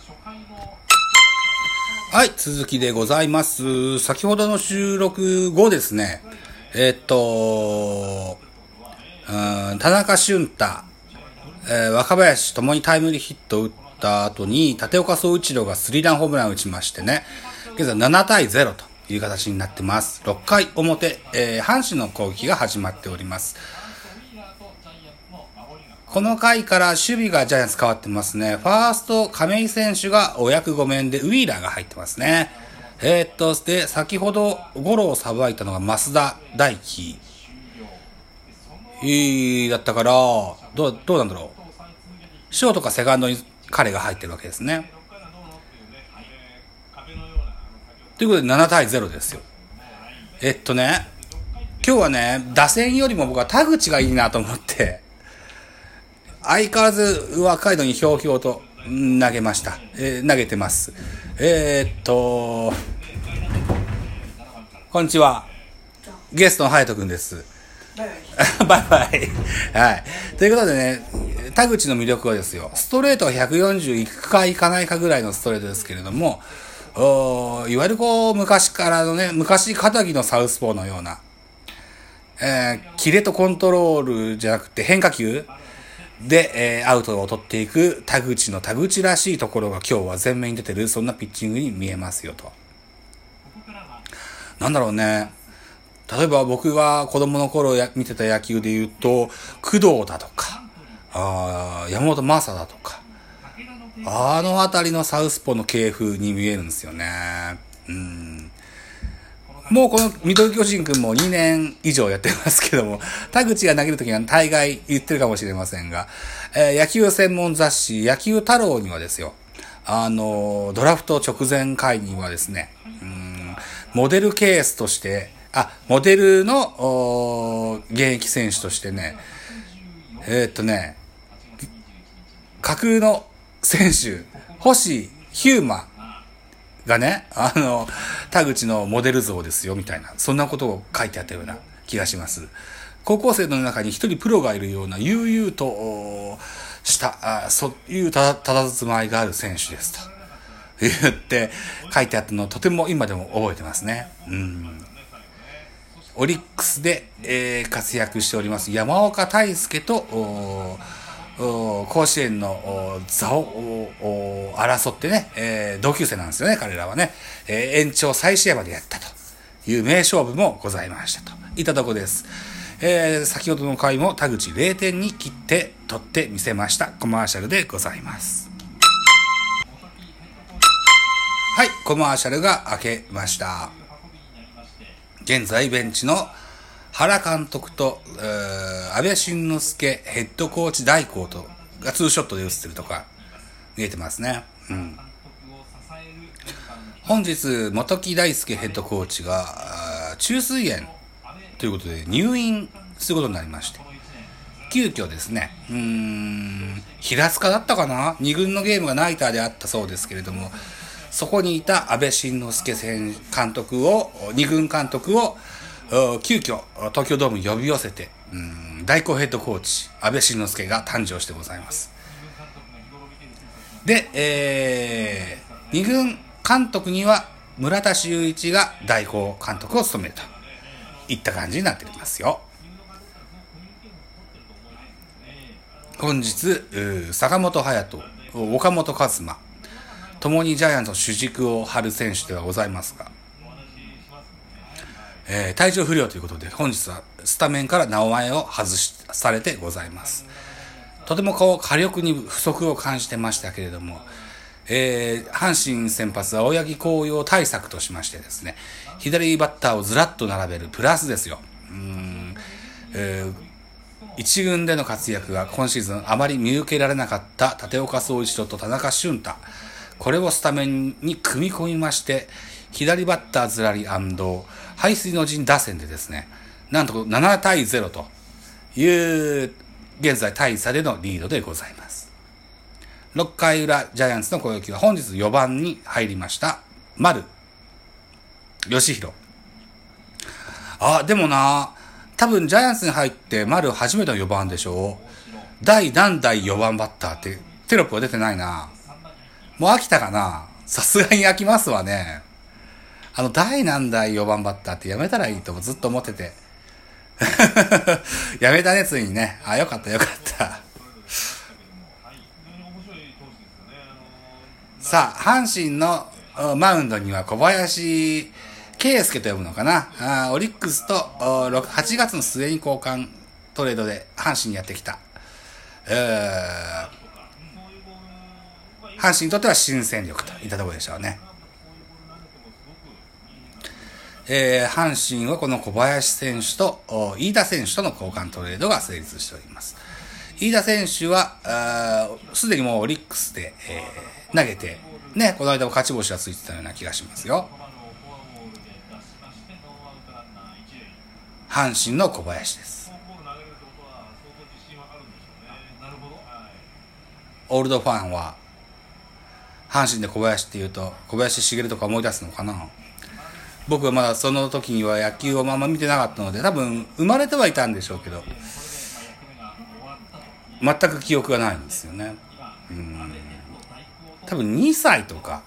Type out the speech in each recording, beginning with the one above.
はい、続きでございます。先ほどの収録後ですね、田中俊太、若林ともにタイムリーヒットを打った後に、立岡総一郎がスリーランホームランを打ちましてね、現在7対0という形になってます。6回表、阪神の攻撃が始まっております。この回から守備がジャイアンツ変わってますね。ファースト亀井選手がお役御免でウィーラーが入ってますね。で、先ほどゴロをさばいたのが増田大輝だったから、どうなんだろう。ショートかセカンドに彼が入ってるわけですね。ということで7対0ですよ。今日はね、打線よりも僕は田口がいいなと思って、相変わらず若いのにひょうひょうと投げました。投げてます。こんにちは。ゲストの隼人くんです。バイバイ。はい。ということでね、田口の魅力はですよ、ストレートは140いくかいかないかぐらいのストレートですけれども、いわゆる昔からのね、昔肩着のサウスポーのような、キレとコントロールじゃなくて変化球で、アウトを取っていく田口らしいところが今日は前面に出てる、そんなピッチングに見えますよと。なんだろうね。例えば僕が子供の頃見てた野球で言うと、工藤だとか、山本昌だとか、あのあたりのサウスポの系風に見えるんですよね。もうこのミドル巨人くんも2年以上やってますけども、田口が投げるときには大概言ってるかもしれませんが、野球専門雑誌、野球太郎にはですよ、ドラフト直前回にはですね、モデルケースとして、モデルの現役選手としてね、架空の選手、星ヒューマがね、田口のモデル像ですよみたいな、そんなことを書いてあったような気がします。高校生の中に一人プロがいるような悠々としたそういう佇まいがある選手ですと言って書いてあったのをとても今でも覚えてますね。オリックスで、活躍しております山岡大輔と甲子園の座を争ってね、同級生なんですよね、彼らはね。延長再試合までやったという名勝負もございましたといったところです。先ほどの回も田口0点に切って取ってみせました。コマーシャルでございます。はい、コマーシャルが明けました。現在ベンチの原監督と、安倍晋之助ヘッドコーチ代行とがツーショットで映ってるとか見えてますね。本日本木大輔ヘッドコーチが虫垂炎ということで入院することになりまして、急遽ですね、平塚だったかな、2軍のゲームがナイターであったそうですけれども、そこにいた安倍晋之助監督を2軍監督を急遽東京ドームに呼び寄せて、代行ヘッドコーチ安倍晋之助が誕生してございます。で、2軍監督には村田修一が代行監督を務めるといった感じになっていますよ。本日坂本勇人、岡本和真ともにジャイアンツの主軸を張る選手ではございますが、体調不良ということで本日はスタメンから名前を外されてございます。とても火力に不足を感じてましたけれども、阪神先発は青柳紅葉対策としましてですね、左バッターをずらっと並べるプラスですよ。一軍での活躍が今シーズンあまり見受けられなかった立岡総一郎と田中俊太、これをスタメンに組み込みまして、左バッターずらり&背水の陣打線でですね、なんと7対0という現在大差でのリードでございます。6回裏ジャイアンツの攻撃は本日4番に入りました丸義弘。でもな、多分ジャイアンツに入って丸初めての4番でしょう。何代4番バッターってテロップは出てないな。 もう飽きたかな。さすがに飽きますわね。第何代4番バッターってやめたらいいとずっと思ってて。やめたね、ついにね。よかったよかった。さあ、阪神のマウンドには小林圭介と呼ぶのかな。オリックスと8月の末に交換トレードで阪神にやってきた。阪神にとっては新戦力といったところでしょうね。阪神はこの小林選手と飯田選手との交換トレードが成立しております。飯田選手はすでにもうオリックスで、投げてね、この間も勝ち星がついてたような気がしますよ。阪神の小林です。オールドファンは阪神で小林っていうと小林茂とか思い出すのかな。僕はまだその時には野球をあんま見てなかったので、多分生まれてはいたんでしょうけど、全く記憶がないんですよね。多分2歳とか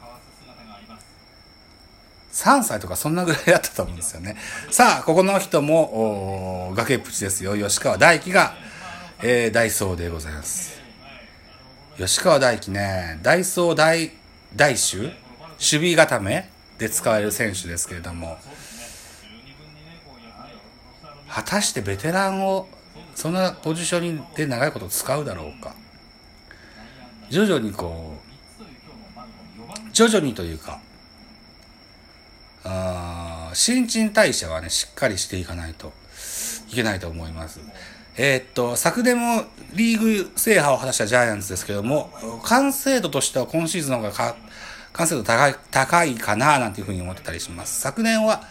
3歳とかそんなぐらいだったと思うんですよね。さあ、ここの人も崖っぷちですよ。吉川大輝が、ダイソーでございます。吉川大輝ね、ダイソー大守備固めで使える選手ですけれども、果たしてベテランをそんなポジションで長いこと使うだろうか。徐々にというか、新陳代謝はね、しっかりしていかないといけないと思います。昨年もリーグ制覇を果たしたジャイアンツですけども、完成度としては今シーズンの方が完成度高いかななんていうふうに思ってたりします。昨年は、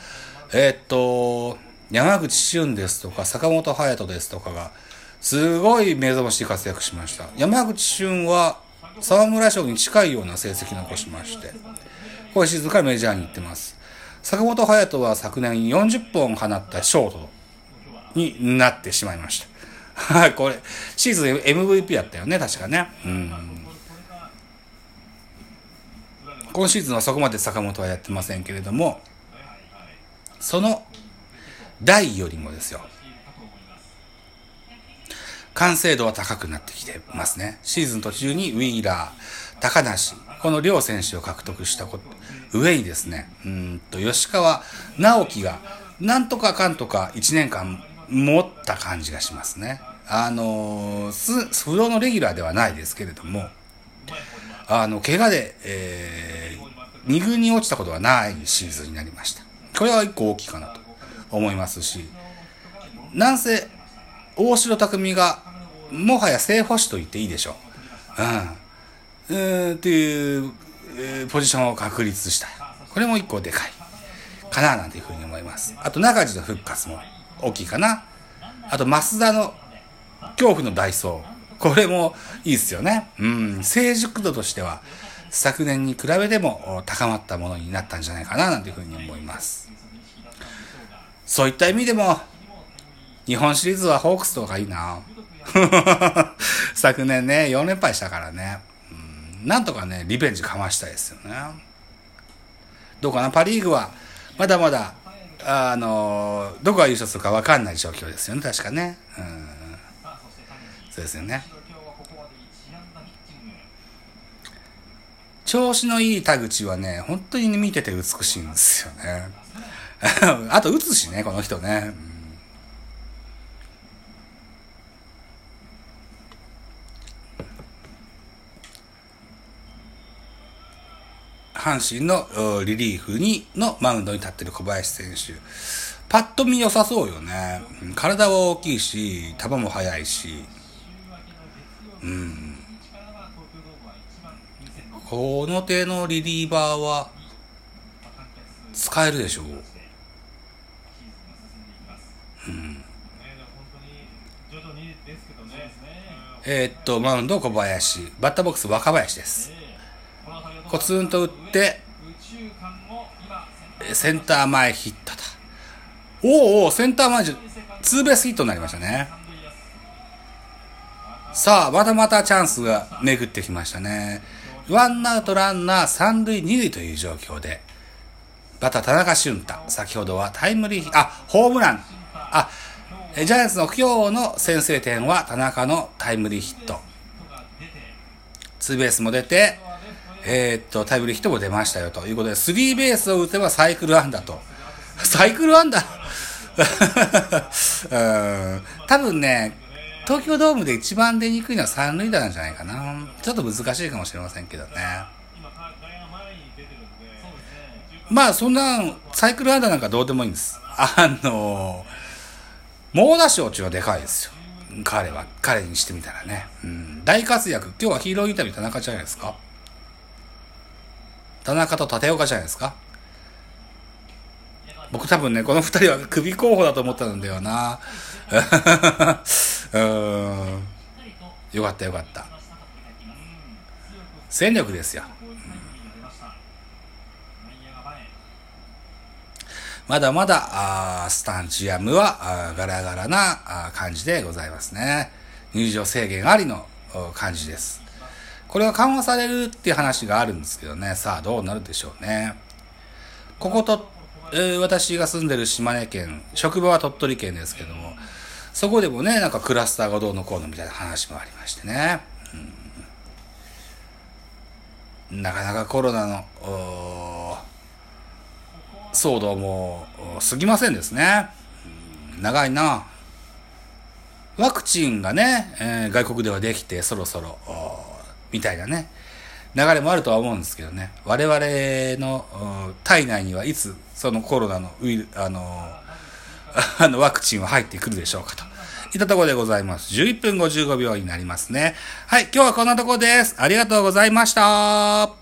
山口俊ですとか坂本勇人ですとかがすごい目覚ましい活躍しました。山口俊は沢村賞に近いような成績を残しまして、今シーズンからメジャーに行ってます。坂本勇人は昨年40本放ったショートになってしまいました。はい、これシーズン MVP やったよね、確かね。今シーズンはそこまで坂本はやってませんけれども、その代よりもですよ、完成度は高くなってきてますね。シーズン途中にウィーラー、高梨、この両選手を獲得した上にですね、吉川直樹がなんとかかんとか1年間持った感じがしますね。不動のレギュラーではないですけれども、怪我で、2軍に落ちたことはないシーズンになりました。これは一個大きいかなと思いますし、なんせ大城匠がもはや正捕手と言っていいでしょう。っていうポジションを確立した。これも一個でかいかななんていうふうに思います。あと中地の復活も大きいかな。あと増田の恐怖のダイソー、これもいいですよね。成熟度としては昨年に比べても高まったものになったんじゃないかななんていうふうに思います。そういった意味でも日本シリーズはホークスとかいいな。昨年ね4連敗したからね、なんとかねリベンジかましたいですよね。どうかな、パリーグはまだまだどこが優勝するか分かんない状況ですよね、確かね。そうですよね。調子のいい田口はね本当に見てて美しいんですよね。あと打つしね、この人ね。阪神のリリーフのマウンドに立ってる小林選手、パッと見良さそうよね。体は大きいし球も速いし、この手のリリーバーは使えるでしょう。マウンド小林、バッターボックス若林です。コツンと打ってセンター前ヒットだ。センター前ツーベースヒットになりましたね。さあまたチャンスが巡ってきましたね。 ワンアウトランナー三塁二塁という状況で、バッター田中俊太、先ほどはタイムリー、ホームラン。ジャイアンツの今日の先制点は田中のタイムリーヒット。ツーベースも出て、タイムリーヒットも出ましたよということで、スリーベースを打てばサイクル安打と。サイクル安打多分ね、東京ドームで一番出にくいのは三塁打なんじゃないかな。ちょっと難しいかもしれませんけどね。まあそんなサイクル安打なんかどうでもいいんです。猛打賞っていうのはでかいですよ。彼にしてみたらね。大活躍。今日はヒーローインタビュー田中じゃないですか。田中と立岡じゃないですか。僕多分ね、この二人は首候補だと思ったんだよな。よかったよかった。戦力ですよ。まだまだスタジアムはガラガラな感じでございますね。入場制限ありの感じです。これは緩和されるっていう話があるんですけどね。さあどうなるでしょうね。ここと、私が住んでる島根県、職場は鳥取県ですけども、そこでもね、なんかクラスターがどうのこうのみたいな話もありましてね。なかなかコロナの騒動も過ぎませんですね。長いな。ワクチンがね、外国ではできてそろそろみたいなね流れもあるとは思うんですけどね。我々の体内にはいつそのコロナのワクチンは入ってくるでしょうかといったところでございます。11分55秒になりますね。はい、今日はこんなところです。ありがとうございました。